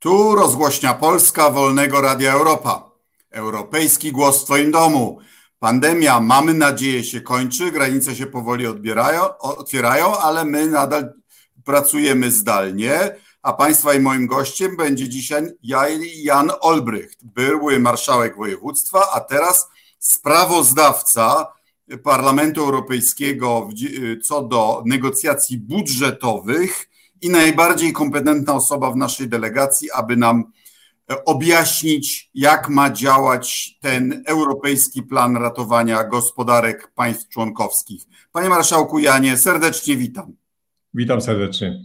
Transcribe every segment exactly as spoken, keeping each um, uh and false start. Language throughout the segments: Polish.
Tu rozgłośnia Polska Wolnego Radia Europa. Europejski głos w Twoim domu. Pandemia, mamy nadzieję, się kończy, granice się powoli odbierają, otwierają, ale my nadal pracujemy zdalnie, a Państwa i moim gościem będzie dzisiaj Jan Olbrycht, były marszałek województwa, a teraz sprawozdawca Parlamentu Europejskiego co do negocjacji budżetowych i najbardziej kompetentna osoba w naszej delegacji, aby nam objaśnić, jak ma działać ten europejski plan ratowania gospodarek państw członkowskich. Panie marszałku Janie, serdecznie witam. Witam serdecznie.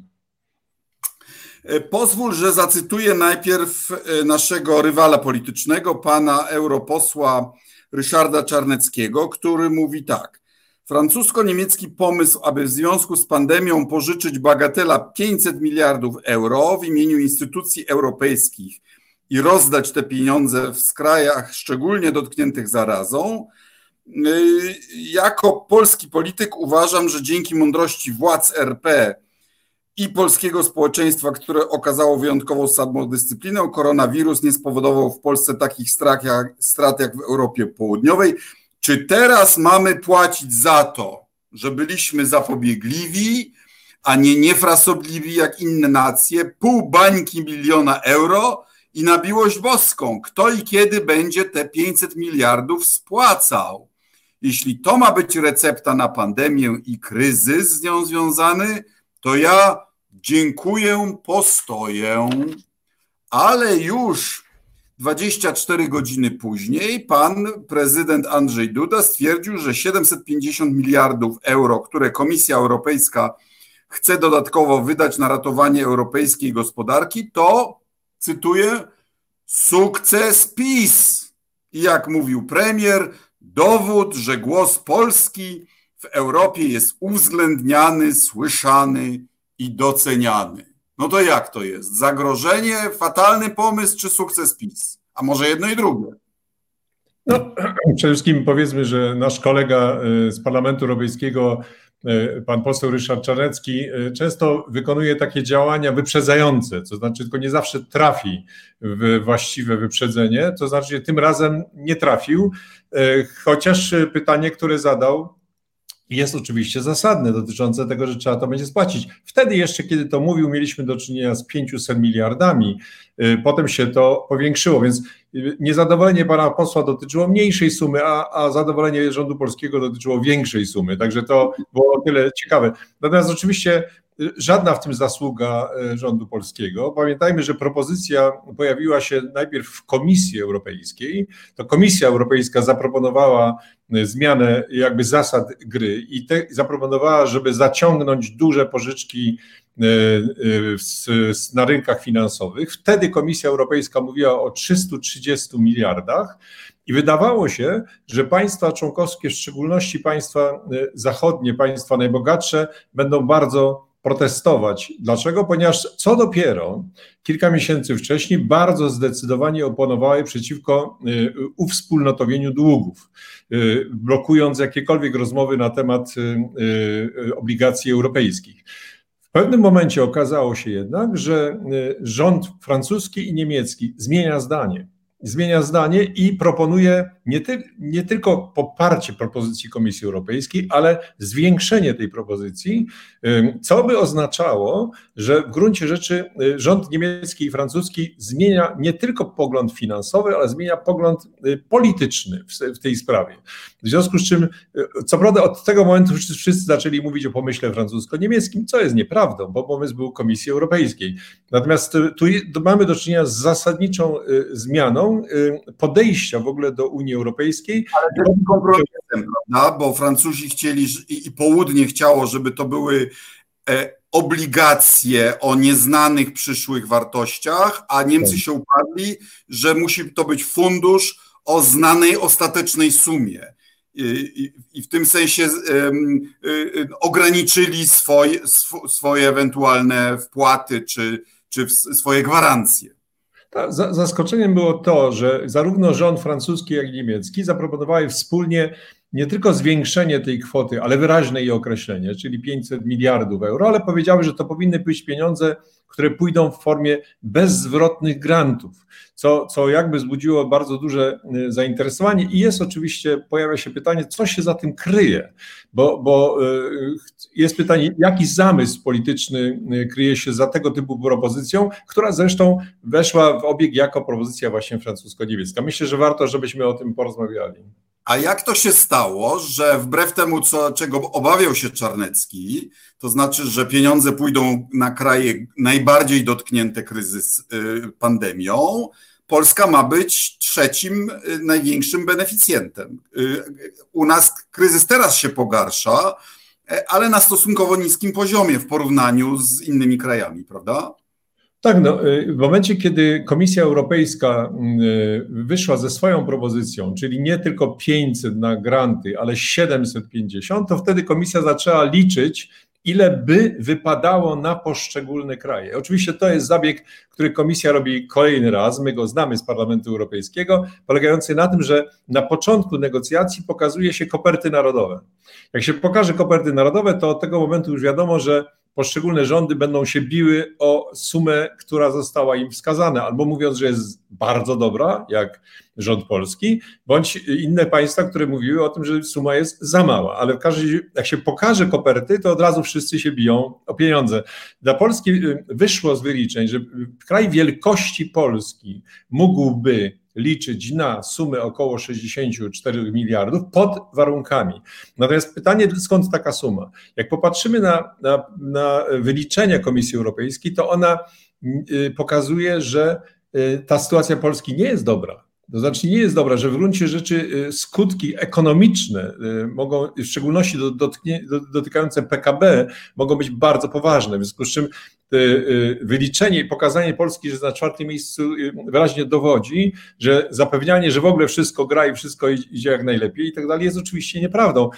Pozwól, że zacytuję najpierw naszego rywala politycznego, pana europosła Ryszarda Czarneckiego, który mówi tak. Francusko-niemiecki pomysł, aby w związku z pandemią pożyczyć bagatela pięćset miliardów euro w imieniu instytucji europejskich i rozdać te pieniądze w krajach szczególnie dotkniętych zarazą. Jako polski polityk uważam, że dzięki mądrości władz R P i polskiego społeczeństwa, które okazało wyjątkową samodyscyplinę, koronawirus nie spowodował w Polsce takich strat jak, strat jak w Europie Południowej. Czy teraz mamy płacić za to, że byliśmy zapobiegliwi, a nie niefrasobliwi jak inne nacje, pół bańki miliona euro i na miłość boską, kto i kiedy będzie te pięćset miliardów spłacał? Jeśli to ma być recepta na pandemię i kryzys z nią związany, to ja dziękuję, postoję, ale już dwadzieścia cztery godziny później pan prezydent Andrzej Duda stwierdził, że siedemset pięćdziesiąt miliardów euro, które Komisja Europejska chce dodatkowo wydać na ratowanie europejskiej gospodarki, to, cytuję, sukces PiS. I jak mówił premier, dowód, że głos Polski w Europie jest uwzględniany, słyszany i doceniany. No to jak to jest? Zagrożenie, fatalny pomysł czy sukces PiS? A może jedno i drugie? No, przede wszystkim powiedzmy, że nasz kolega z Parlamentu Europejskiego, pan poseł Ryszard Czarnecki, często wykonuje takie działania wyprzedzające, to znaczy tylko nie zawsze trafi w właściwe wyprzedzenie, to znaczy tym razem nie trafił, chociaż pytanie, które zadał, jest oczywiście zasadne, dotyczące tego, że trzeba to będzie spłacić. Wtedy jeszcze, kiedy to mówił, mieliśmy do czynienia z pięciuset miliardami, potem się to powiększyło, więc niezadowolenie pana posła dotyczyło mniejszej sumy, a, a zadowolenie rządu polskiego dotyczyło większej sumy, także to było o tyle ciekawe. Natomiast oczywiście żadna w tym zasługa rządu polskiego. Pamiętajmy, że propozycja pojawiła się najpierw w Komisji Europejskiej. To Komisja Europejska zaproponowała zmianę jakby zasad gry i te, zaproponowała, żeby zaciągnąć duże pożyczki na rynkach finansowych. Wtedy Komisja Europejska mówiła o trzystu trzydziestu miliardach i wydawało się, że państwa członkowskie, w szczególności państwa zachodnie, państwa najbogatsze, będą bardzo protestować. Dlaczego? Ponieważ co dopiero kilka miesięcy wcześniej bardzo zdecydowanie oponowały przeciwko uwspólnotowieniu długów, blokując jakiekolwiek rozmowy na temat obligacji europejskich. W pewnym momencie okazało się jednak, że rząd francuski i niemiecki zmienia zdanie. Zmienia zdanie i proponuje nie, ty, nie tylko poparcie propozycji Komisji Europejskiej, ale zwiększenie tej propozycji, co by oznaczało, że w gruncie rzeczy rząd niemiecki i francuski zmienia nie tylko pogląd finansowy, ale zmienia pogląd polityczny w, w tej sprawie. W związku z czym, co prawda od tego momentu wszyscy zaczęli mówić o pomyśle francusko-niemieckim, co jest nieprawdą, bo pomysł był Komisji Europejskiej. Natomiast tu mamy do czynienia z zasadniczą zmianą podejścia w ogóle do Unii Europejskiej. Ale to jest kompromisem, prawda? Bo Francuzi chcieli i, i południe chciało, żeby to były e, obligacje o nieznanych przyszłych wartościach, a Niemcy się uparli, że musi to być fundusz o znanej ostatecznej sumie. I, i, i w tym sensie um, y, ograniczyli swoje, sw, swoje ewentualne wpłaty czy, czy swoje gwarancje. Zaskoczeniem było to, że zarówno rząd francuski, jak i niemiecki zaproponowali wspólnie nie tylko zwiększenie tej kwoty, ale wyraźne jej określenie, czyli pięćset miliardów euro, ale powiedziały, że to powinny być pieniądze, które pójdą w formie bezzwrotnych grantów, co, co jakby wzbudziło bardzo duże zainteresowanie i jest oczywiście, pojawia się pytanie, co się za tym kryje, bo, bo jest pytanie, jaki zamysł polityczny kryje się za tego typu propozycją, która zresztą weszła w obieg jako propozycja właśnie francusko-niemiecka. Myślę, że warto, żebyśmy o tym porozmawiali. A jak to się stało, że wbrew temu, co, czego obawiał się Czarnecki, to znaczy, że pieniądze pójdą na kraje najbardziej dotknięte kryzys y, pandemią, Polska ma być trzecim y, największym beneficjentem. Y, u nas kryzys teraz się pogarsza, y, ale na stosunkowo niskim poziomie w porównaniu z innymi krajami, prawda? Tak, no, w momencie, kiedy Komisja Europejska wyszła ze swoją propozycją, czyli nie tylko pięćset na granty, ale siedemset pięćdziesiąt, to wtedy Komisja zaczęła liczyć, ile by wypadało na poszczególne kraje. Oczywiście to jest zabieg, który Komisja robi kolejny raz, my go znamy z Parlamentu Europejskiego, polegający na tym, że na początku negocjacji pokazuje się koperty narodowe. Jak się pokaże koperty narodowe, to od tego momentu już wiadomo, że poszczególne rządy będą się biły o sumę, która została im wskazana, albo mówiąc, że jest bardzo dobra, jak rząd polski, bądź inne państwa, które mówiły o tym, że suma jest za mała, ale w każdym razie, jak się pokaże koperty, to od razu wszyscy się biją o pieniądze. Dla Polski wyszło z wyliczeń, że kraj wielkości Polski mógłby liczyć na sumę około sześćdziesiąt cztery miliardów pod warunkami. Natomiast pytanie, skąd taka suma? Jak popatrzymy na, na, na wyliczenia Komisji Europejskiej, to ona pokazuje, że ta sytuacja Polski nie jest dobra. To znaczy nie jest dobra, że w gruncie rzeczy skutki ekonomiczne mogą, w szczególności dotknie, dotykające P K B, mogą być bardzo poważne. W związku z czym wyliczenie i pokazanie Polski, że jest na czwartym miejscu, wyraźnie dowodzi, że zapewnianie, że w ogóle wszystko gra i wszystko idzie jak najlepiej i tak dalej, jest oczywiście nieprawdą.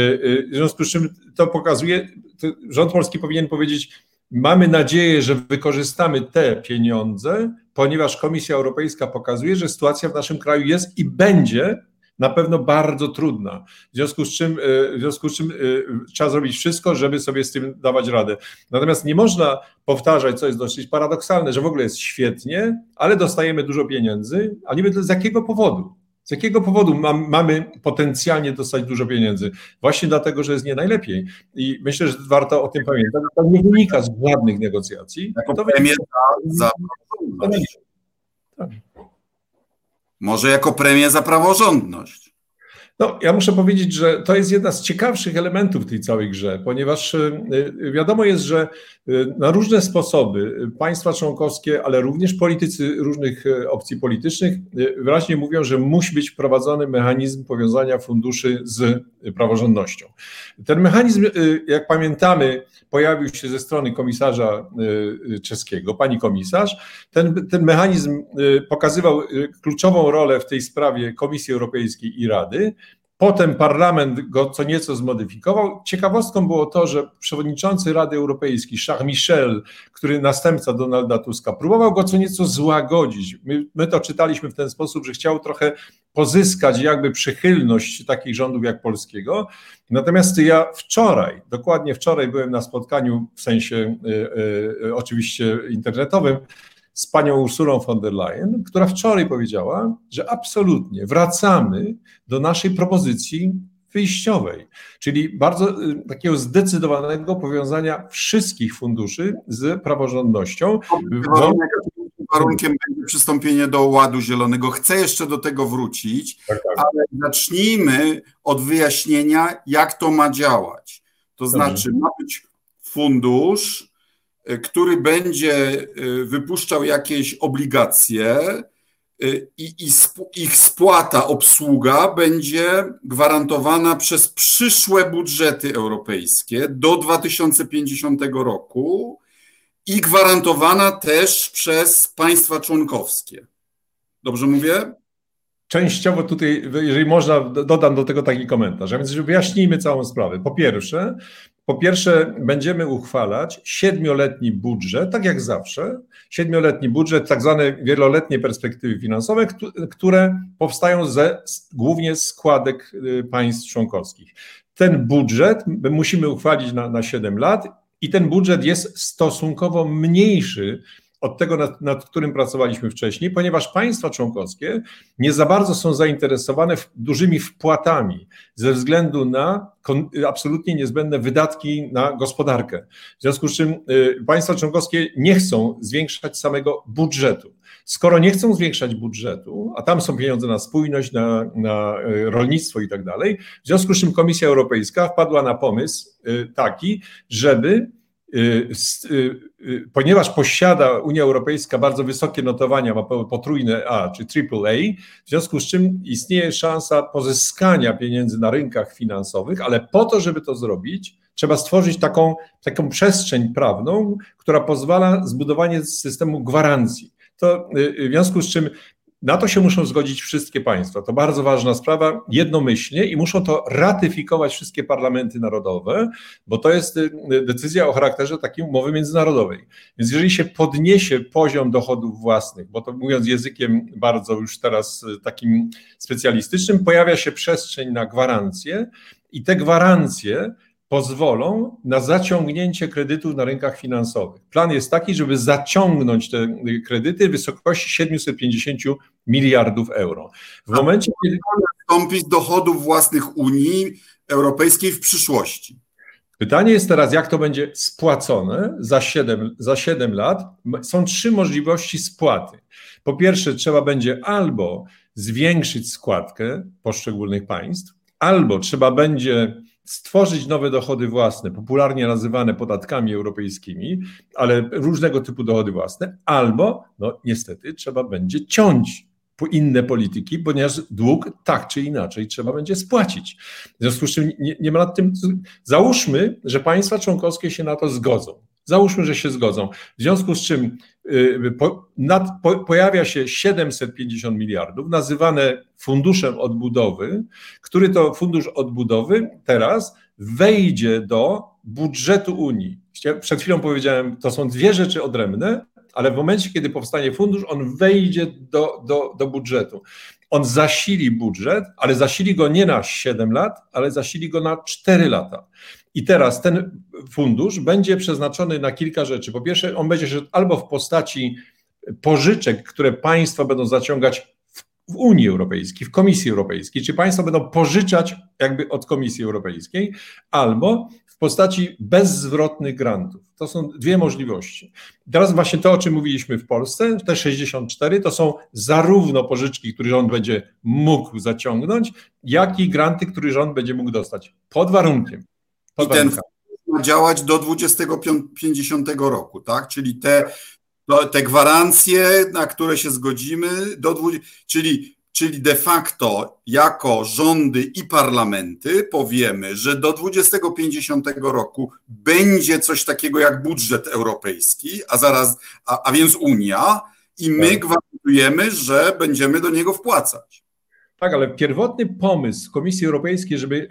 W związku z czym to pokazuje, to rząd polski powinien powiedzieć, mamy nadzieję, że wykorzystamy te pieniądze, ponieważ Komisja Europejska pokazuje, że sytuacja w naszym kraju jest i będzie na pewno bardzo trudna. W związku z czym, w związku z czym trzeba zrobić wszystko, żeby sobie z tym dawać radę. Natomiast nie można powtarzać, co jest dosyć paradoksalne, że w ogóle jest świetnie, ale dostajemy dużo pieniędzy, a nie wiemy z jakiego powodu. Z jakiego powodu mam, mamy potencjalnie dostać dużo pieniędzy? Właśnie dlatego, że jest nie najlepiej. I myślę, że warto o tym pamiętać. To nie wynika z żadnych negocjacji. Jako to premię za, za praworządność. Tak. Może jako premię za praworządność. No, ja muszę powiedzieć, że to jest jedna z ciekawszych elementów tej całej grze, ponieważ wiadomo jest, że na różne sposoby państwa członkowskie, ale również politycy różnych opcji politycznych wyraźnie mówią, że musi być wprowadzony mechanizm powiązania funduszy z praworządnością. Ten mechanizm, jak pamiętamy, pojawił się ze strony komisarza czeskiego, pani komisarz. Ten, ten mechanizm pokazywał kluczową rolę w tej sprawie Komisji Europejskiej i Rady. Potem parlament go co nieco zmodyfikował. Ciekawostką było to, że przewodniczący Rady Europejskiej, Charles Michel, który następca Donalda Tuska, próbował go co nieco złagodzić. My, my to czytaliśmy w ten sposób, że chciał trochę pozyskać jakby przychylność takich rządów jak polskiego. Natomiast ja wczoraj, dokładnie wczoraj byłem na spotkaniu w sensie y, y, oczywiście internetowym, z panią Ursulą von der Leyen, która wczoraj powiedziała, że absolutnie wracamy do naszej propozycji wyjściowej, czyli bardzo takiego zdecydowanego powiązania wszystkich funduszy z praworządnością. Warunkiem, warunkiem będzie przystąpienie do Ładu Zielonego. Chcę jeszcze do tego wrócić, tak, tak. Ale zacznijmy od wyjaśnienia, jak to ma działać. To Dobrze. Znaczy ma być fundusz, który będzie wypuszczał jakieś obligacje i ich spłata, obsługa będzie gwarantowana przez przyszłe budżety europejskie do dwa tysiące pięćdziesiątego roku i gwarantowana też przez państwa członkowskie. Dobrze mówię? Częściowo tutaj, jeżeli można, dodam do tego taki komentarz. A więc wyjaśnijmy całą sprawę. Po pierwsze, Po pierwsze, będziemy uchwalać siedmioletni budżet, tak jak zawsze, siedmioletni budżet, tak zwane wieloletnie perspektywy finansowe, które powstają ze, głównie z składek państw członkowskich. Ten budżet musimy uchwalić na, na siedem lat i ten budżet jest stosunkowo mniejszy od tego, nad, nad którym pracowaliśmy wcześniej, ponieważ państwa członkowskie nie za bardzo są zainteresowane w, dużymi wpłatami ze względu na kon, absolutnie niezbędne wydatki na gospodarkę. W związku z czym y, państwa członkowskie nie chcą zwiększać samego budżetu. Skoro nie chcą zwiększać budżetu, a tam są pieniądze na spójność, na, na rolnictwo i tak dalej, w związku z czym Komisja Europejska wpadła na pomysł y, taki, żeby ponieważ posiada Unia Europejska bardzo wysokie notowania, ma potrójne A czy triple A, w związku z czym istnieje szansa pozyskania pieniędzy na rynkach finansowych, ale po to, żeby to zrobić, trzeba stworzyć taką, taką przestrzeń prawną, która pozwala zbudowanie systemu gwarancji. To w związku z czym na to się muszą zgodzić wszystkie państwa. To bardzo ważna sprawa, jednomyślnie i muszą to ratyfikować wszystkie parlamenty narodowe, bo to jest decyzja o charakterze takiej umowy międzynarodowej. Więc jeżeli się podniesie poziom dochodów własnych, bo to mówiąc językiem bardzo już teraz takim specjalistycznym, pojawia się przestrzeń na gwarancje i te gwarancje pozwolą na zaciągnięcie kredytów na rynkach finansowych. Plan jest taki, żeby zaciągnąć te kredyty w wysokości siedemset pięćdziesiąt miliardów euro. W momencie, kiedy nastąpić dochodów własnych Unii Europejskiej w przyszłości. Pytanie jest teraz, jak to będzie spłacone za siedem, za siedem lat. Są trzy możliwości spłaty. Po pierwsze, trzeba będzie albo zwiększyć składkę poszczególnych państw, albo trzeba będzie stworzyć nowe dochody własne, popularnie nazywane podatkami europejskimi, ale różnego typu dochody własne, albo, no niestety, trzeba będzie ciąć inne polityki, ponieważ dług tak czy inaczej trzeba będzie spłacić. W związku z czym nie, nie ma nad tym, załóżmy, że państwa członkowskie się na to zgodzą. Załóżmy, że się zgodzą. W związku z czym y, po, nad, po, pojawia się siedemset pięćdziesiąt miliardów, nazywane funduszem odbudowy, który to fundusz odbudowy teraz wejdzie do budżetu Unii. Przed chwilą powiedziałem, to są dwie rzeczy odrębne, ale w momencie, kiedy powstanie fundusz, on wejdzie do, do, do budżetu. On zasili budżet, ale zasili go nie na siedem lat, ale zasili go na cztery lata. I teraz ten fundusz będzie przeznaczony na kilka rzeczy. Po pierwsze, on będzie szedł albo w postaci pożyczek, które państwa będą zaciągać w Unii Europejskiej, w Komisji Europejskiej, czy państwa będą pożyczać jakby od Komisji Europejskiej, albo w postaci bezzwrotnych grantów. To są dwie możliwości. Teraz właśnie to, o czym mówiliśmy w Polsce, te sześćdziesiąt cztery, to są zarówno pożyczki, które rząd będzie mógł zaciągnąć, jak i granty, które rząd będzie mógł dostać. Pod warunkiem. Pod I ten ma działać do dwudziestego pięćdziesiątego roku, tak? Czyli te, te gwarancje, na które się zgodzimy, do dwudziestego, czyli Czyli de facto jako rządy i parlamenty powiemy, że do dwudziestego pięćdziesiątego roku będzie coś takiego jak budżet europejski, a zaraz, a, a więc Unia, i my tak. gwarantujemy, że będziemy do niego wpłacać. Tak, ale pierwotny pomysł Komisji Europejskiej, żeby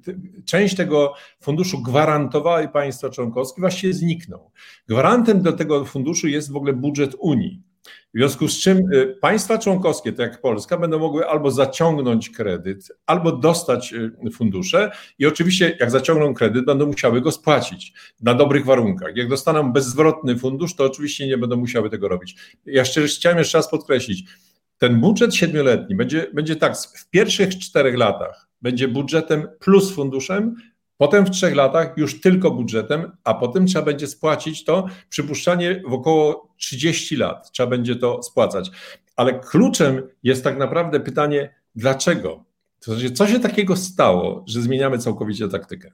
część tego funduszu gwarantowały państwa członkowskie, właściwie zniknął. Gwarantem do tego funduszu jest w ogóle budżet Unii. W związku z czym państwa członkowskie, tak jak Polska, będą mogły albo zaciągnąć kredyt, albo dostać fundusze i oczywiście jak zaciągną kredyt, będą musiały go spłacić na dobrych warunkach. Jak dostaną bezzwrotny fundusz, to oczywiście nie będą musiały tego robić. Ja szczerze chciałem jeszcze raz podkreślić, ten budżet siedmioletni będzie, będzie tak, w pierwszych czterech latach będzie budżetem plus funduszem, potem w trzech latach już tylko budżetem, a potem trzeba będzie spłacić to, przypuszczanie w około trzydzieści lat trzeba będzie to spłacać. Ale kluczem jest tak naprawdę pytanie, dlaczego? To znaczy, co się takiego stało, że zmieniamy całkowicie taktykę?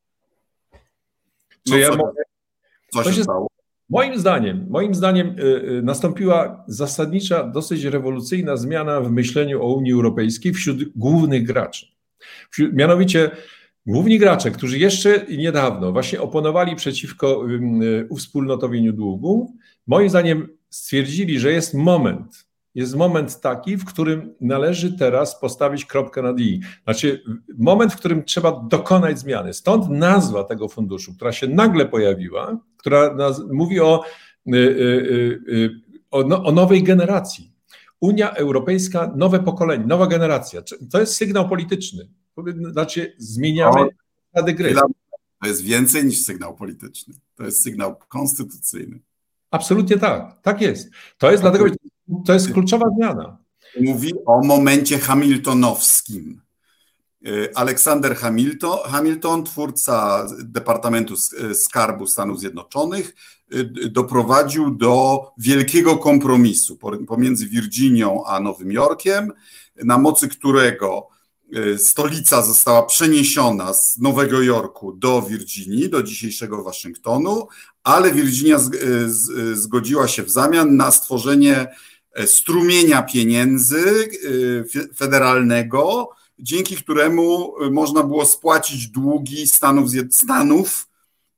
Czy no ja co, mogę... co się, się stało? Moim zdaniem, moim zdaniem yy, nastąpiła zasadnicza, dosyć rewolucyjna zmiana w myśleniu o Unii Europejskiej wśród głównych graczy. Wśród, mianowicie główni gracze, którzy jeszcze niedawno właśnie oponowali przeciwko yy, uwspólnotowieniu długu, moim zdaniem stwierdzili, że jest moment, jest moment taki, w którym należy teraz postawić kropkę nad i. Znaczy moment, w którym trzeba dokonać zmiany. Stąd nazwa tego funduszu, która się nagle pojawiła, która naz- mówi o, y, y, y, o, no, o nowej generacji. Unia Europejska, nowe pokolenie, nowa generacja. To jest sygnał polityczny. Znaczy zmieniamy zasady gry. To jest więcej niż sygnał polityczny. To jest sygnał konstytucyjny. Absolutnie tak. Tak jest. To jest dlatego, to jest kluczowa zmiana. Mówi o momencie hamiltonowskim. Aleksander Hamilton, Hamilton, twórca Departamentu Skarbu Stanów Zjednoczonych, doprowadził do wielkiego kompromisu pomiędzy Virginią a Nowym Jorkiem, na mocy którego stolica została przeniesiona z Nowego Jorku do Virginii, do dzisiejszego Waszyngtonu, ale Virginia zgodziła się w zamian na stworzenie strumienia pieniędzy federalnego, dzięki któremu można było spłacić długi Stanów, Stanów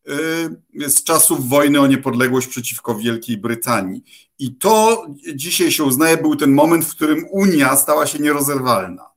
z czasów wojny o niepodległość przeciwko Wielkiej Brytanii. I to dzisiaj się uznaje, był ten moment, w którym Unia stała się nierozerwalna.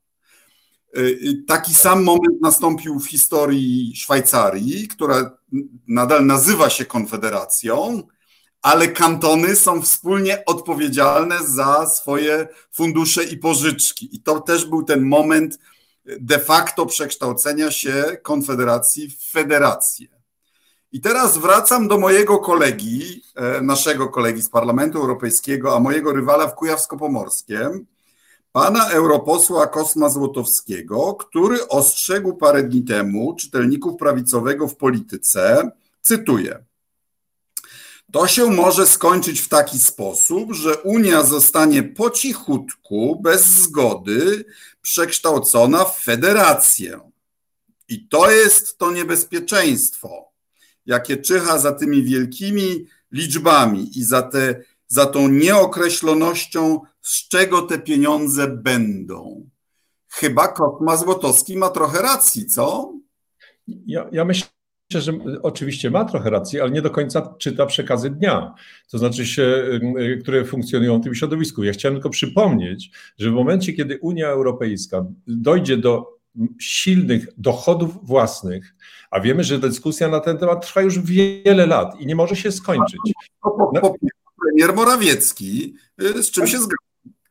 Taki sam moment nastąpił w historii Szwajcarii, która nadal nazywa się Konfederacją, ale kantony są wspólnie odpowiedzialne za swoje fundusze i pożyczki. I to też był ten moment de facto przekształcenia się Konfederacji w federację. I teraz wracam do mojego kolegi, naszego kolegi z Parlamentu Europejskiego, a mojego rywala w Kujawsko-Pomorskiem, pana europosła Kosma Złotowskiego, który ostrzegł parę dni temu czytelników prawicowego w Polityce, cytuję: to się może skończyć w taki sposób, że Unia zostanie po cichutku, bez zgody, przekształcona w federację. I to jest to niebezpieczeństwo, jakie czyha za tymi wielkimi liczbami i za, te, za tą nieokreślonością, z czego te pieniądze będą. Chyba Kosma Złotowski ma trochę racji, co? Ja, ja myślę, że oczywiście ma trochę racji, ale nie do końca czyta przekazy dnia, to znaczy się, które funkcjonują w tym środowisku. Ja chciałem tylko przypomnieć, że w momencie, kiedy Unia Europejska dojdzie do silnych dochodów własnych, a wiemy, że dyskusja na ten temat trwa już wiele lat i nie może się skończyć. Premier Morawiecki, z czym się zgadza.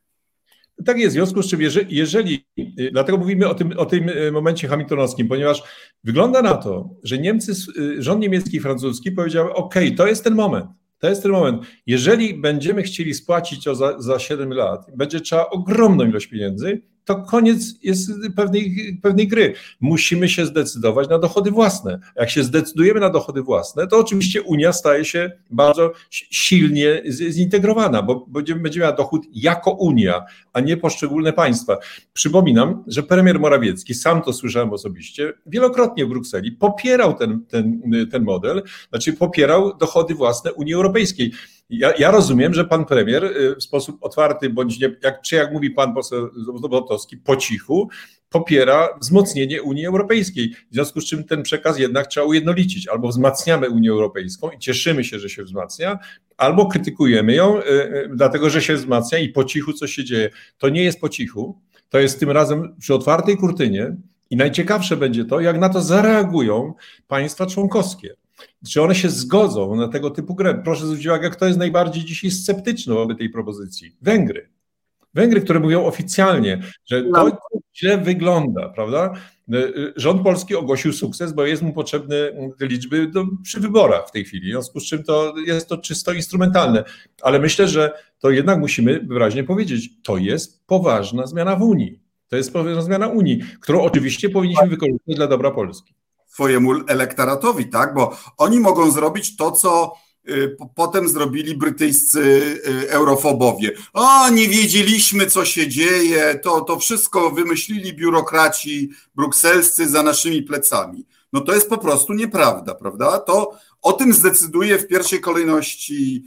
Tak jest, w związku z czym jeżeli, jeżeli dlatego mówimy o tym, o tym momencie hamiltonowskim, ponieważ wygląda na to, że Niemcy, rząd niemiecki i francuski powiedziały: OK, to jest ten moment, to jest ten moment. Jeżeli będziemy chcieli spłacić to za, za siedem lat, będzie trzeba ogromną ilość pieniędzy, to koniec jest pewnej, pewnej gry. Musimy się zdecydować na dochody własne. Jak się zdecydujemy na dochody własne, to oczywiście Unia staje się bardzo silnie zintegrowana, bo będzie, będzie miała dochód jako Unia, a nie poszczególne państwa. Przypominam, że premier Morawiecki, sam to słyszałem osobiście, wielokrotnie w Brukseli popierał ten, ten, ten model, znaczy popierał dochody własne Unii Europejskiej. Ja, ja rozumiem, że pan premier w sposób otwarty, bądź nie, jak, czy jak mówi pan poseł Złotowski, po cichu popiera wzmocnienie Unii Europejskiej. W związku z czym ten przekaz jednak trzeba ujednolicić. Albo wzmacniamy Unię Europejską i cieszymy się, że się wzmacnia, albo krytykujemy ją, y, y, dlatego że się wzmacnia i po cichu coś się dzieje. To nie jest po cichu, to jest tym razem przy otwartej kurtynie i najciekawsze będzie to, jak na to zareagują państwa członkowskie. Czy one się zgodzą na tego typu grę? Proszę zwrócić uwagę, kto jest najbardziej dzisiaj sceptyczny wobec tej propozycji. Węgry. Węgry, które mówią oficjalnie, że to źle wygląda, prawda? Rząd polski ogłosił sukces, bo jest mu potrzebne te liczby do, przy wyborach w tej chwili, w związku z czym to jest to czysto instrumentalne. Ale myślę, że to jednak musimy wyraźnie powiedzieć, to jest poważna zmiana w Unii. To jest poważna zmiana Unii, którą oczywiście powinniśmy wykorzystać dla dobra Polski. Swojemu elektoratowi, tak? Bo oni mogą zrobić to, co y, potem zrobili brytyjscy y, eurofobowie. O, nie wiedzieliśmy, co się dzieje, to, to wszystko wymyślili biurokraci brukselscy za naszymi plecami. No to jest po prostu nieprawda, prawda? To o tym zdecyduje w pierwszej kolejności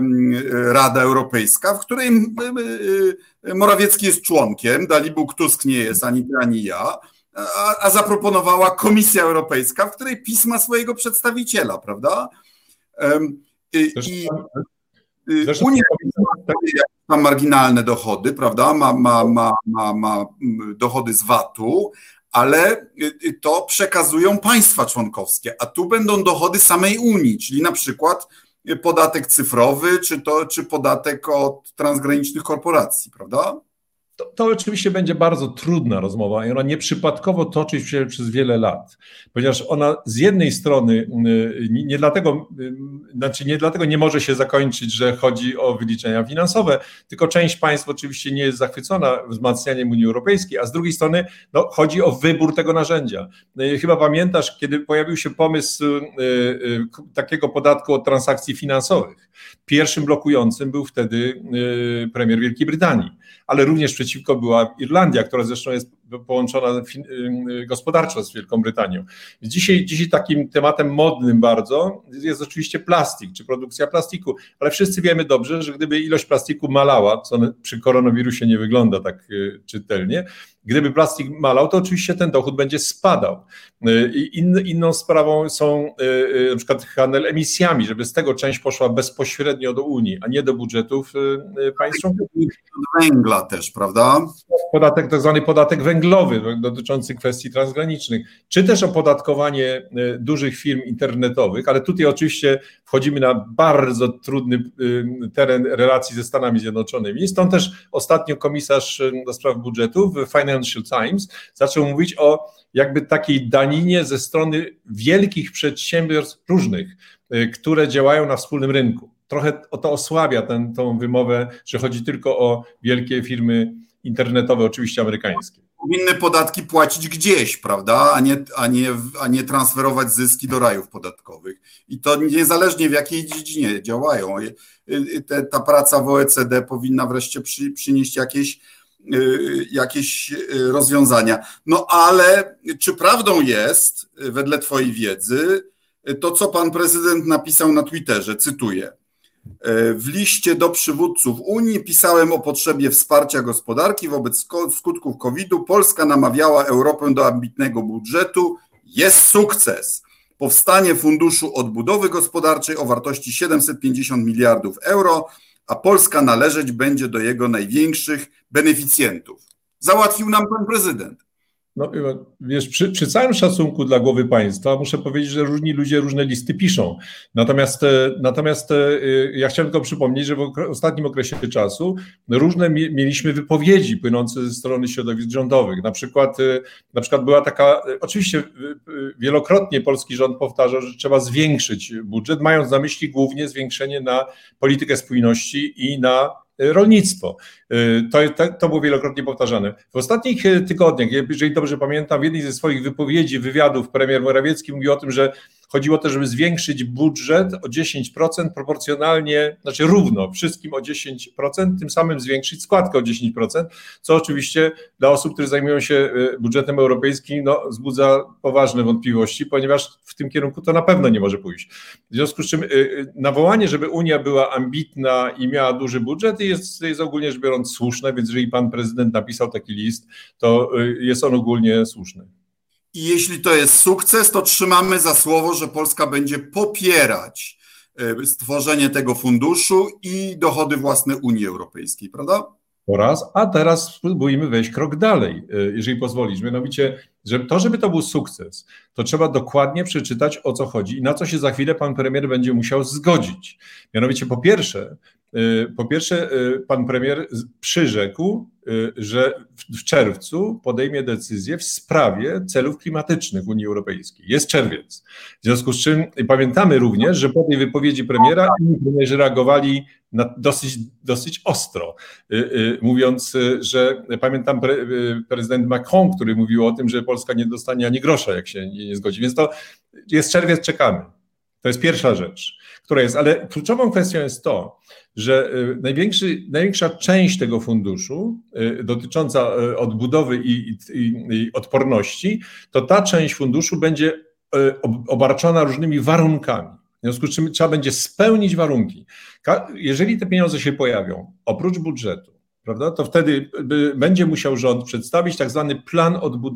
y, Rada Europejska, w której y, y, Morawiecki jest członkiem, Dalibóg Tusk nie jest ani ty, ani ja. A, a zaproponowała Komisja Europejska, w której PiS ma swojego przedstawiciela, prawda? I, Zresztą, i Unia, jak ma marginalne dochody, prawda, ma, ma, ma, ma, ma dochody z vatu, ale to przekazują państwa członkowskie, a tu będą dochody samej Unii, czyli na przykład podatek cyfrowy, czy, to, czy podatek od transgranicznych korporacji, prawda? To, to oczywiście będzie bardzo trudna rozmowa i ona nieprzypadkowo toczy się przez wiele lat, ponieważ ona z jednej strony nie, nie dlatego, znaczy nie dlatego nie może się zakończyć, że chodzi o wyliczenia finansowe, tylko część państw oczywiście nie jest zachwycona wzmacnianiem Unii Europejskiej, a z drugiej strony no, chodzi o wybór tego narzędzia. Chyba pamiętasz, kiedy pojawił się pomysł takiego podatku od transakcji finansowych. Pierwszym blokującym był wtedy premier Wielkiej Brytanii, ale również przeciwko była Irlandia, która zresztą jest połączona gospodarczo z Wielką Brytanią. Dzisiaj, dzisiaj takim tematem modnym bardzo jest oczywiście plastik, czy produkcja plastiku, ale wszyscy wiemy dobrze, że gdyby ilość plastiku malała, co przy koronawirusie nie wygląda tak czytelnie, gdyby plastik malał, to oczywiście ten dochód będzie spadał. I in, inną sprawą są na przykład handel emisjami, żeby z tego część poszła bezpośrednio do Unii, a nie do budżetów państw członkowskich. Węgla też, prawda? Podatek, tak zwany podatek węglowy dotyczący kwestii transgranicznych, czy też opodatkowanie dużych firm internetowych, ale tutaj oczywiście wchodzimy na bardzo trudny teren relacji ze Stanami Zjednoczonymi. Stąd też ostatnio komisarz do spraw budżetu w Financial Times zaczął mówić o jakby takiej daninie ze strony wielkich przedsiębiorstw różnych, które działają na wspólnym rynku. Trochę to osłabia tę tą wymowę, że chodzi tylko o wielkie firmy internetowe, oczywiście amerykańskie. Powinny podatki płacić gdzieś, prawda, a nie, a nie, a nie transferować zyski do rajów podatkowych. I to niezależnie w jakiej dziedzinie działają. Te, ta praca w O E C D powinna wreszcie przy, przynieść jakieś, jakieś rozwiązania. No ale czy prawdą jest, wedle twojej wiedzy, to co pan prezydent napisał na Twitterze, cytuję: w liście do przywódców Unii pisałem o potrzebie wsparcia gospodarki wobec skutków kowida. Polska namawiała Europę do ambitnego budżetu. Jest sukces. Powstanie Funduszu Odbudowy Gospodarczej o wartości siedemset pięćdziesiąt miliardów euro, a Polska należeć będzie do jego największych beneficjentów. Załatwił nam pan prezydent. No wiesz, przy, przy całym szacunku dla głowy państwa muszę powiedzieć, że różni ludzie różne listy piszą. Natomiast, natomiast ja chciałem tylko przypomnieć, że w ostatnim okresie czasu różne mieliśmy wypowiedzi płynące ze strony środowisk rządowych. Na przykład, na przykład była taka, oczywiście wielokrotnie polski rząd powtarzał, że trzeba zwiększyć budżet, mając na myśli głównie zwiększenie na politykę spójności i na rolnictwo. To, to, to było wielokrotnie powtarzane. W ostatnich tygodniach, jeżeli dobrze pamiętam, w jednej ze swoich wypowiedzi, wywiadów premier Morawiecki mówił o tym, że chodziło o to, żeby zwiększyć budżet o dziesięć procent proporcjonalnie, znaczy równo wszystkim o dziesięć procent, tym samym zwiększyć składkę o dziesięć procent, co oczywiście dla osób, które zajmują się budżetem europejskim, no, wzbudza poważne wątpliwości, ponieważ w tym kierunku to na pewno nie może pójść. W związku z czym nawołanie, żeby Unia była ambitna i miała duży budżet, jest, jest ogólnie rzecz biorąc słuszne, więc jeżeli pan prezydent napisał taki list, to jest on ogólnie słuszny. I jeśli to jest sukces, to trzymamy za słowo, że Polska będzie popierać stworzenie tego funduszu i dochody własne Unii Europejskiej, prawda? Po raz, a teraz spróbujmy wejść krok dalej, jeżeli pozwolisz. Mianowicie, że to, żeby to był sukces, to trzeba dokładnie przeczytać, o co chodzi i na co się za chwilę pan premier będzie musiał zgodzić. Mianowicie po pierwsze, po pierwsze pan premier przyrzekł, że w czerwcu podejmie decyzję w sprawie celów klimatycznych Unii Europejskiej. Jest czerwiec. W związku z czym pamiętamy również, że po tej wypowiedzi premiera inni premierzy reagowali na dosyć, dosyć ostro, mówiąc, że pamiętam pre, prezydent Macron, który mówił o tym, że Polska nie dostanie ani grosza, jak się nie, nie zgodzi. Więc to jest czerwiec, czekamy. To jest pierwsza rzecz, która jest, ale kluczową kwestią jest to, że największy, największa część tego funduszu dotycząca odbudowy i, i, i odporności, to ta część funduszu będzie obarczona różnymi warunkami. W związku z czym trzeba będzie spełnić warunki. Jeżeli te pieniądze się pojawią, oprócz budżetu, prawda, to wtedy będzie musiał rząd przedstawić tak zwany plan odbudowy.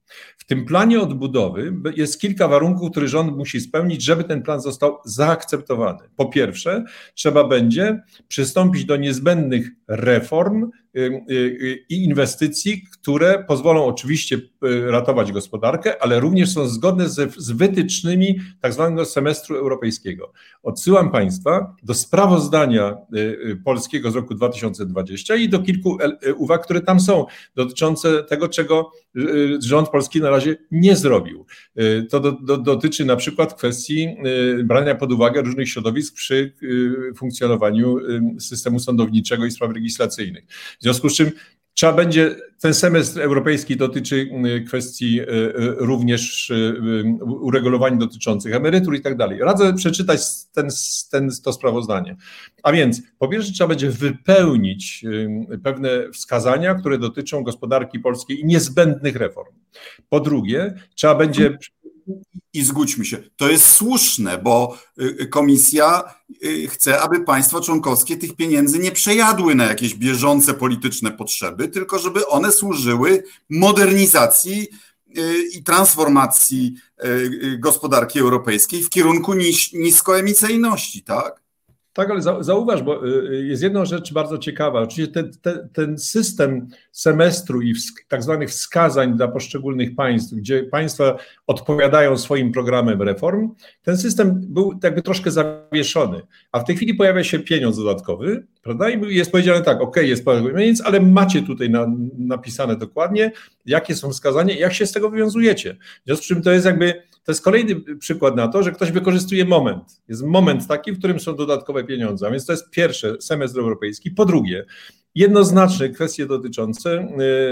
W tym planie odbudowy jest kilka warunków, które rząd musi spełnić, żeby ten plan został zaakceptowany. Po pierwsze, trzeba będzie przystąpić do niezbędnych reform i inwestycji, które pozwolą oczywiście ratować gospodarkę, ale również są zgodne z, z wytycznymi tak zwanego semestru europejskiego. Odsyłam Państwa do sprawozdania polskiego z roku dwa tysiące dwudziestego i do kilku uwag, które tam są, dotyczące tego, czego rząd polski na razie nie zrobił. To do, do, dotyczy na przykład kwestii brania pod uwagę różnych środowisk przy funkcjonowaniu systemu sądowniczego i spraw legislacyjnych. W związku z czym trzeba będzie, ten semestr europejski dotyczy kwestii również uregulowań dotyczących emerytur i tak dalej. Radzę przeczytać ten, ten, to sprawozdanie. A więc po pierwsze trzeba będzie wypełnić pewne wskazania, które dotyczą gospodarki polskiej i niezbędnych reform. Po drugie trzeba będzie... I zgódźmy się, to jest słuszne, bo Komisja chce, aby państwa członkowskie tych pieniędzy nie przejadły na jakieś bieżące polityczne potrzeby, tylko żeby one służyły modernizacji i transformacji gospodarki europejskiej w kierunku nis- niskoemisyjności, tak? Tak, ale zauważ, bo jest jedna rzecz bardzo ciekawa. Oczywiście ten, ten, ten system semestru i tak zwanych wskazań dla poszczególnych państw, gdzie państwa odpowiadają swoim programem reform, ten system był jakby troszkę zawieszony, a w tej chwili pojawia się pieniądz dodatkowy, prawda? I jest powiedziane tak, ok, jest pieniądz, ale macie tutaj na, napisane dokładnie, jakie są wskazania i jak się z tego wywiązujecie. W związku z czym to jest jakby To jest kolejny przykład na to, że ktoś wykorzystuje moment. Jest moment taki, w którym są dodatkowe pieniądze, a więc to jest pierwsze, semestr europejski. Po drugie, jednoznaczne kwestie dotyczące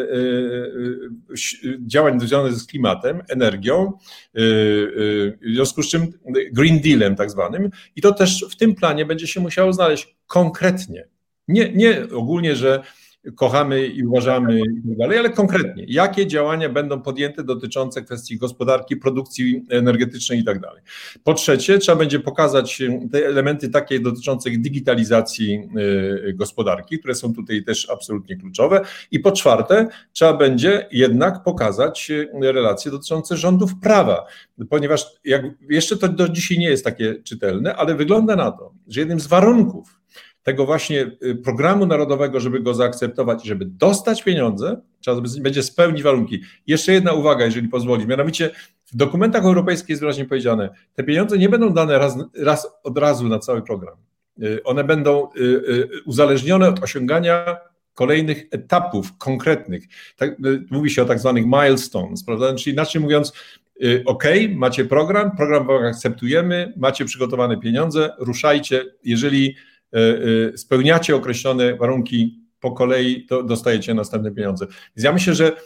działań związanych z klimatem, energią, w związku z czym Green Dealem tak zwanym. I to też w tym planie będzie się musiało znaleźć konkretnie. Nie, nie ogólnie, że kochamy i uważamy i tak dalej, ale konkretnie, jakie działania będą podjęte dotyczące kwestii gospodarki, produkcji energetycznej i tak dalej. Po trzecie, trzeba będzie pokazać te elementy takie dotyczące digitalizacji gospodarki, które są tutaj też absolutnie kluczowe. I po czwarte, trzeba będzie jednak pokazać relacje dotyczące rządów prawa, ponieważ jak, jeszcze to do dzisiaj nie jest takie czytelne, ale wygląda na to, że jednym z warunków tego właśnie programu narodowego, żeby go zaakceptować i żeby dostać pieniądze, trzeba będzie spełnić warunki. Jeszcze jedna uwaga, jeżeli pozwoli, mianowicie w dokumentach europejskich jest wyraźnie powiedziane, te pieniądze nie będą dane raz, raz od razu na cały program. One będą uzależnione od osiągania kolejnych etapów konkretnych. Tak, mówi się o tak zwanych milestones, prawda? Czyli inaczej mówiąc, OK, macie program, program akceptujemy, macie przygotowane pieniądze, ruszajcie, jeżeli spełniacie określone warunki po kolei, to dostajecie następne pieniądze. Więc ja myślę, że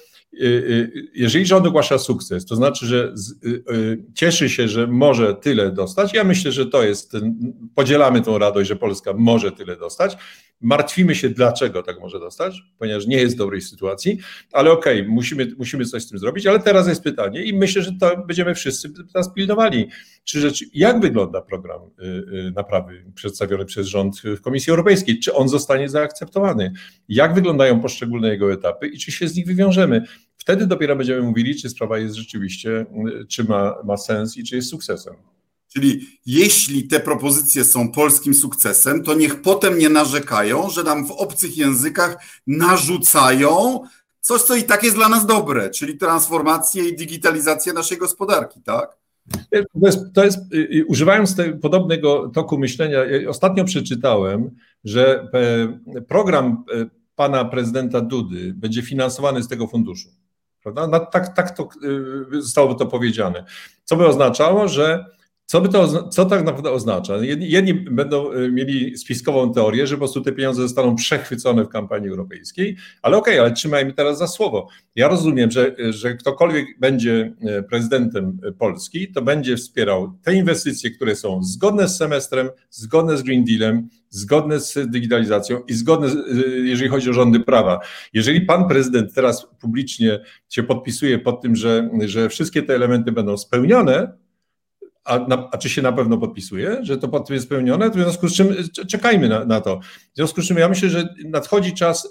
jeżeli rząd ogłasza sukces, to znaczy, że cieszy się, że może tyle dostać. Ja myślę, że to jest, podzielamy tą radość, że Polska może tyle dostać. Martwimy się, dlaczego tak może dostać, ponieważ nie jest w dobrej sytuacji, ale okej, okay, musimy, musimy coś z tym zrobić, ale teraz jest pytanie i myślę, że to będziemy wszyscy teraz pilnowali, czy rzecz, jak wygląda program naprawy przedstawiony przez rząd w Komisji Europejskiej, czy on zostanie zaakceptowany, jak wyglądają poszczególne jego etapy i czy się z nich wywiążemy. Wtedy dopiero będziemy mówili, czy sprawa jest rzeczywiście, czy ma, ma sens i czy jest sukcesem. Czyli jeśli te propozycje są polskim sukcesem, to niech potem nie narzekają, że nam w obcych językach narzucają coś, co i tak jest dla nas dobre, czyli transformację i digitalizację naszej gospodarki, tak? To jest, to jest, używając te, podobnego toku myślenia, ostatnio przeczytałem, że program pana prezydenta Dudy będzie finansowany z tego funduszu. Prawda? Tak, tak to zostało to powiedziane. Co by oznaczało, że Co, by to, co tak naprawdę oznacza? Jedni, jedni będą mieli spiskową teorię, że po prostu te pieniądze zostaną przechwycone w kampanii europejskiej, ale okej, okay, ale trzymajmy teraz za słowo. Ja rozumiem, że, że ktokolwiek będzie prezydentem Polski, to będzie wspierał te inwestycje, które są zgodne z semestrem, zgodne z Green Dealem, zgodne z digitalizacją i zgodne, jeżeli chodzi o rządy prawa. Jeżeli pan prezydent teraz publicznie się podpisuje pod tym, że, że wszystkie te elementy będą spełnione, A, na, a czy się na pewno podpisuje, że to pod tym jest spełnione? W związku z czym czekajmy na, na to. W związku z czym ja myślę, że nadchodzi czas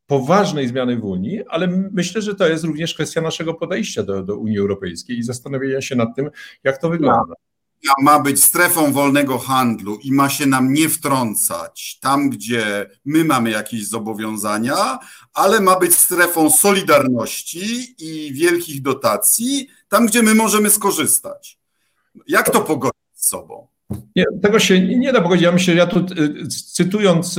poważnej zmiany w Unii, ale myślę, że to jest również kwestia naszego podejścia do, do Unii Europejskiej i zastanowienia się nad tym, jak to wygląda. Ma być strefą wolnego handlu i ma się nam nie wtrącać tam, gdzie my mamy jakieś zobowiązania, ale ma być strefą solidarności i wielkich dotacji tam, gdzie my możemy skorzystać. Jak to pogodzić z sobą? Nie, tego się nie da pogodzić. Ja myślę, że ja tu cytując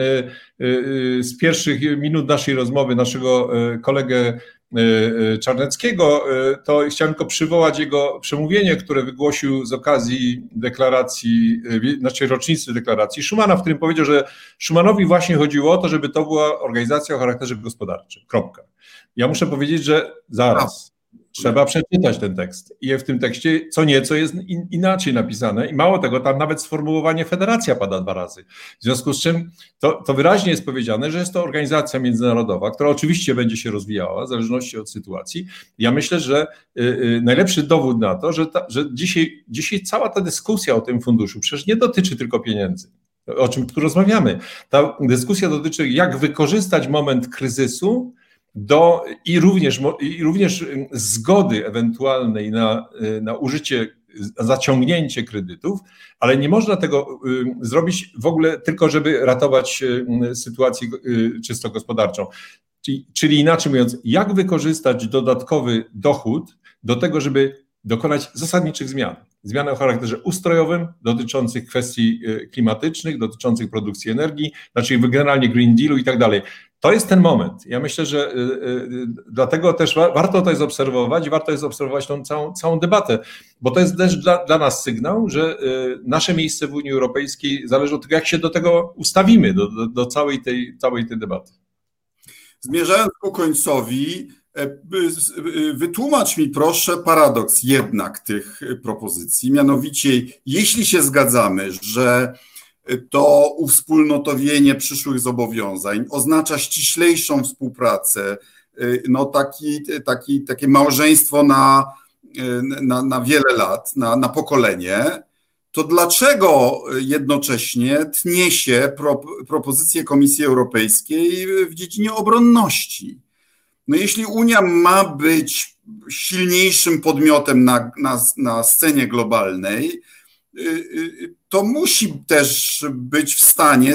z pierwszych minut naszej rozmowy naszego kolegę Czarneckiego, to chciałem tylko przywołać jego przemówienie, które wygłosił z okazji deklaracji, znaczy rocznicy deklaracji Schumana, w którym powiedział, że Schumanowi właśnie chodziło o to, żeby to była organizacja o charakterze gospodarczym. Kropka. Ja muszę powiedzieć, że zaraz. Trzeba przeczytać ten tekst i w tym tekście co nieco jest in, inaczej napisane i mało tego, tam nawet sformułowanie federacja pada dwa razy. W związku z czym to, to wyraźnie jest powiedziane, że jest to organizacja międzynarodowa, która oczywiście będzie się rozwijała w zależności od sytuacji. Ja myślę, że y, y, najlepszy dowód na to, że, ta, że dzisiaj, dzisiaj cała ta dyskusja o tym funduszu przecież nie dotyczy tylko pieniędzy, o czym tu rozmawiamy. Ta dyskusja dotyczy, jak wykorzystać moment kryzysu do, i, również, i również zgody ewentualnej na, na użycie, zaciągnięcie kredytów, ale nie można tego zrobić w ogóle tylko, żeby ratować sytuację czysto gospodarczą. Czyli, czyli inaczej mówiąc, jak wykorzystać dodatkowy dochód do tego, żeby dokonać zasadniczych zmian. Zmian o charakterze ustrojowym, dotyczących kwestii klimatycznych, dotyczących produkcji energii, znaczy generalnie Green Dealu i tak dalej. To jest ten moment. Ja myślę, że y, y, dlatego też wa- warto to jest obserwować i warto jest obserwować tą całą, całą debatę, bo to jest też dla, dla nas sygnał, że y, nasze miejsce w Unii Europejskiej zależy od tego, jak się do tego ustawimy, do, do, do całej, tej, całej tej debaty. Zmierzając ku końcowi, wytłumacz mi proszę paradoks jednak tych propozycji, mianowicie jeśli się zgadzamy, że to uwspólnotowienie przyszłych zobowiązań oznacza ściślejszą współpracę, no taki, taki, takie małżeństwo na, na, na wiele lat, na, na pokolenie, to dlaczego jednocześnie tnie się pro, propozycje Komisji Europejskiej w dziedzinie obronności? No jeśli Unia ma być silniejszym podmiotem na, na, na scenie globalnej, to musi też być w stanie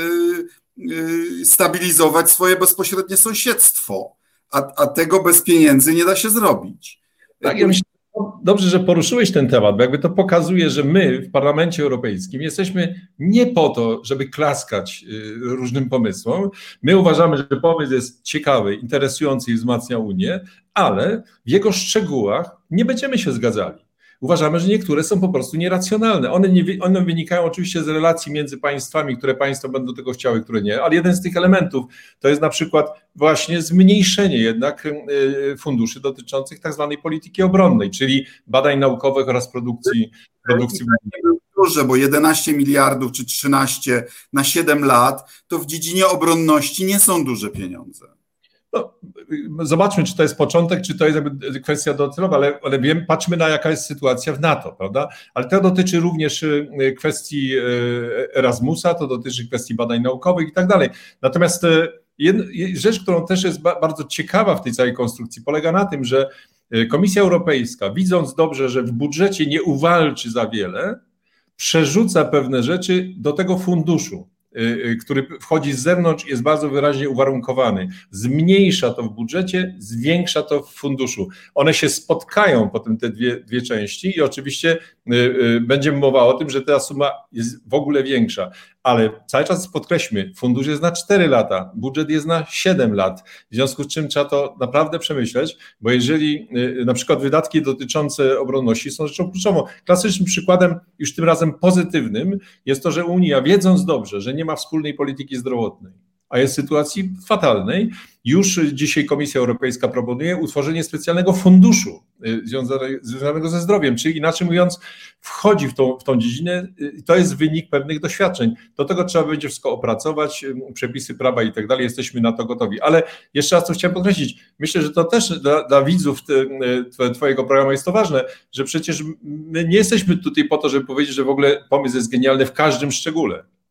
stabilizować swoje bezpośrednie sąsiedztwo, a, a tego bez pieniędzy nie da się zrobić. Tak, ja myślę, dobrze, że poruszyłeś ten temat, bo jakby to pokazuje, że my w Parlamencie Europejskim jesteśmy nie po to, żeby klaskać różnym pomysłom. My uważamy, że pomysł jest ciekawy, interesujący i wzmacnia Unię, ale w jego szczegółach nie będziemy się zgadzali. Uważamy, że niektóre są po prostu nieracjonalne. One, nie, one wynikają oczywiście z relacji między państwami, które państwa będą tego chciały, które nie, ale jeden z tych elementów to jest na przykład właśnie zmniejszenie jednak funduszy dotyczących tak zwanej polityki obronnej, czyli badań naukowych oraz produkcji. produkcji Duże, bo jedenaście miliardów czy trzynaście na siedem lat to w dziedzinie obronności nie są duże pieniądze. No, zobaczmy, czy to jest początek, czy to jest jakby kwestia docelowa, ale, ale wiem, patrzmy na jaka jest sytuacja w NATO, prawda? Ale to dotyczy również kwestii Erasmusa, to dotyczy kwestii badań naukowych i tak dalej. Natomiast jedna rzecz, którą też jest bardzo ciekawa w tej całej konstrukcji, polega na tym, że Komisja Europejska, widząc dobrze, że w budżecie nie uwalczy za wiele, przerzuca pewne rzeczy do tego funduszu, który wchodzi z zewnątrz, jest bardzo wyraźnie uwarunkowany. Zmniejsza to w budżecie, zwiększa to w funduszu. One się spotkają potem te dwie, dwie części i oczywiście będzie mowa o tym, że ta suma jest w ogóle większa. Ale cały czas podkreślmy, fundusz jest na cztery lata, budżet jest na siedem lat, w związku z czym trzeba to naprawdę przemyśleć, bo jeżeli na przykład wydatki dotyczące obronności są rzeczą kluczową. Klasycznym przykładem, już tym razem pozytywnym, jest to, że Unia, wiedząc dobrze, że nie ma wspólnej polityki zdrowotnej, a jest w sytuacji fatalnej, już dzisiaj Komisja Europejska proponuje utworzenie specjalnego funduszu związanego ze zdrowiem, czyli inaczej mówiąc wchodzi w tą, w tą dziedzinę, to jest wynik pewnych doświadczeń. Do tego trzeba będzie wszystko opracować, przepisy prawa i tak dalej, jesteśmy na to gotowi. Ale jeszcze raz to chciałem podkreślić, myślę, że to też dla, dla widzów te, twojego programu jest to ważne, że przecież my nie jesteśmy tutaj po to, żeby powiedzieć, że w ogóle pomysł jest genialny w każdym szczególe.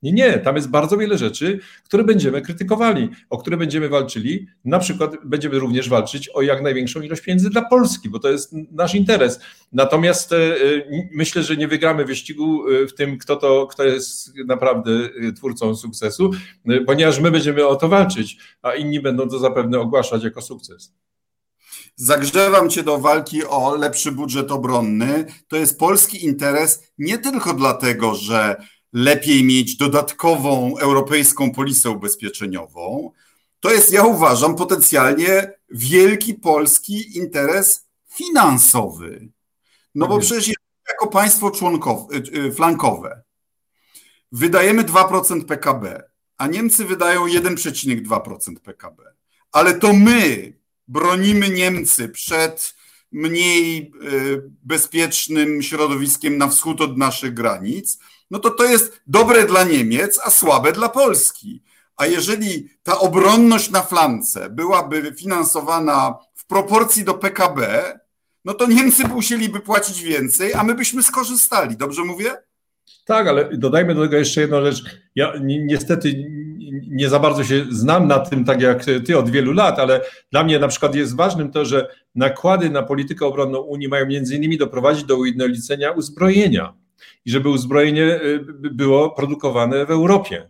Nie, nie, tam jest bardzo wiele rzeczy, które będziemy krytykowali, o które będziemy walczyli. Na przykład będziemy również walczyć o jak największą ilość pieniędzy dla Polski, bo to jest nasz interes. Natomiast myślę, że nie wygramy wyścigu w tym, kto to, kto jest naprawdę twórcą sukcesu, ponieważ my będziemy o to walczyć, a inni będą to zapewne ogłaszać jako sukces. Zagrzewam cię do walki o lepszy budżet obronny. To jest polski interes nie tylko dlatego, że lepiej mieć dodatkową europejską polisę ubezpieczeniową. To jest, ja uważam, potencjalnie wielki polski interes finansowy. No bo przecież jako państwo członkowe, flankowe wydajemy dwa procent P K B, a Niemcy wydają jeden przecinek dwa procent P K B. Ale to my bronimy Niemcy przed mniej bezpiecznym środowiskiem na wschód od naszych granic, no to to jest dobre dla Niemiec, a słabe dla Polski. A jeżeli ta obronność na flance byłaby finansowana w proporcji do P K B, no to Niemcy musieliby płacić więcej, a my byśmy skorzystali. Dobrze mówię? Tak, ale dodajmy do tego jeszcze jedną rzecz. Ja ni- niestety nie za bardzo się znam na tym, tak jak ty od wielu lat, ale dla mnie na przykład jest ważnym to, że nakłady na politykę obronną Unii mają między innymi doprowadzić do ujednolicenia uzbrojenia i żeby uzbrojenie było produkowane w Europie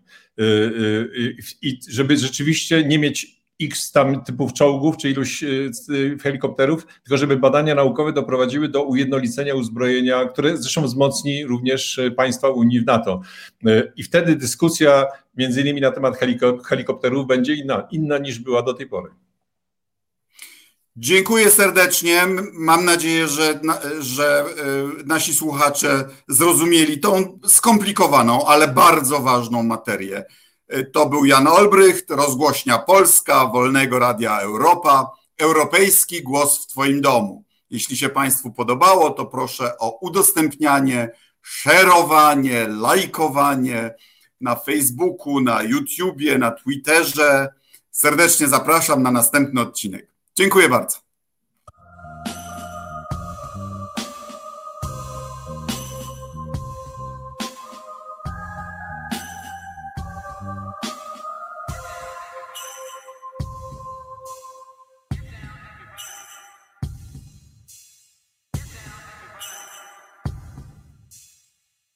i żeby rzeczywiście nie mieć x tam typów czołgów czy iluś helikopterów, tylko żeby badania naukowe doprowadziły do ujednolicenia uzbrojenia, które zresztą wzmocni również państwa Unii w NATO. I wtedy dyskusja między innymi na temat helikopterów będzie inna, inna niż była do tej pory. Dziękuję serdecznie. Mam nadzieję, że, że nasi słuchacze zrozumieli tą skomplikowaną, ale bardzo ważną materię. To był Jan Olbrycht, Rozgłośnia Polska, Wolnego Radia Europa, europejski głos w Twoim domu. Jeśli się Państwu podobało, to proszę o udostępnianie, szerowanie, lajkowanie na Facebooku, na YouTubie, na Twitterze. Serdecznie zapraszam na następny odcinek. Dziękuję bardzo.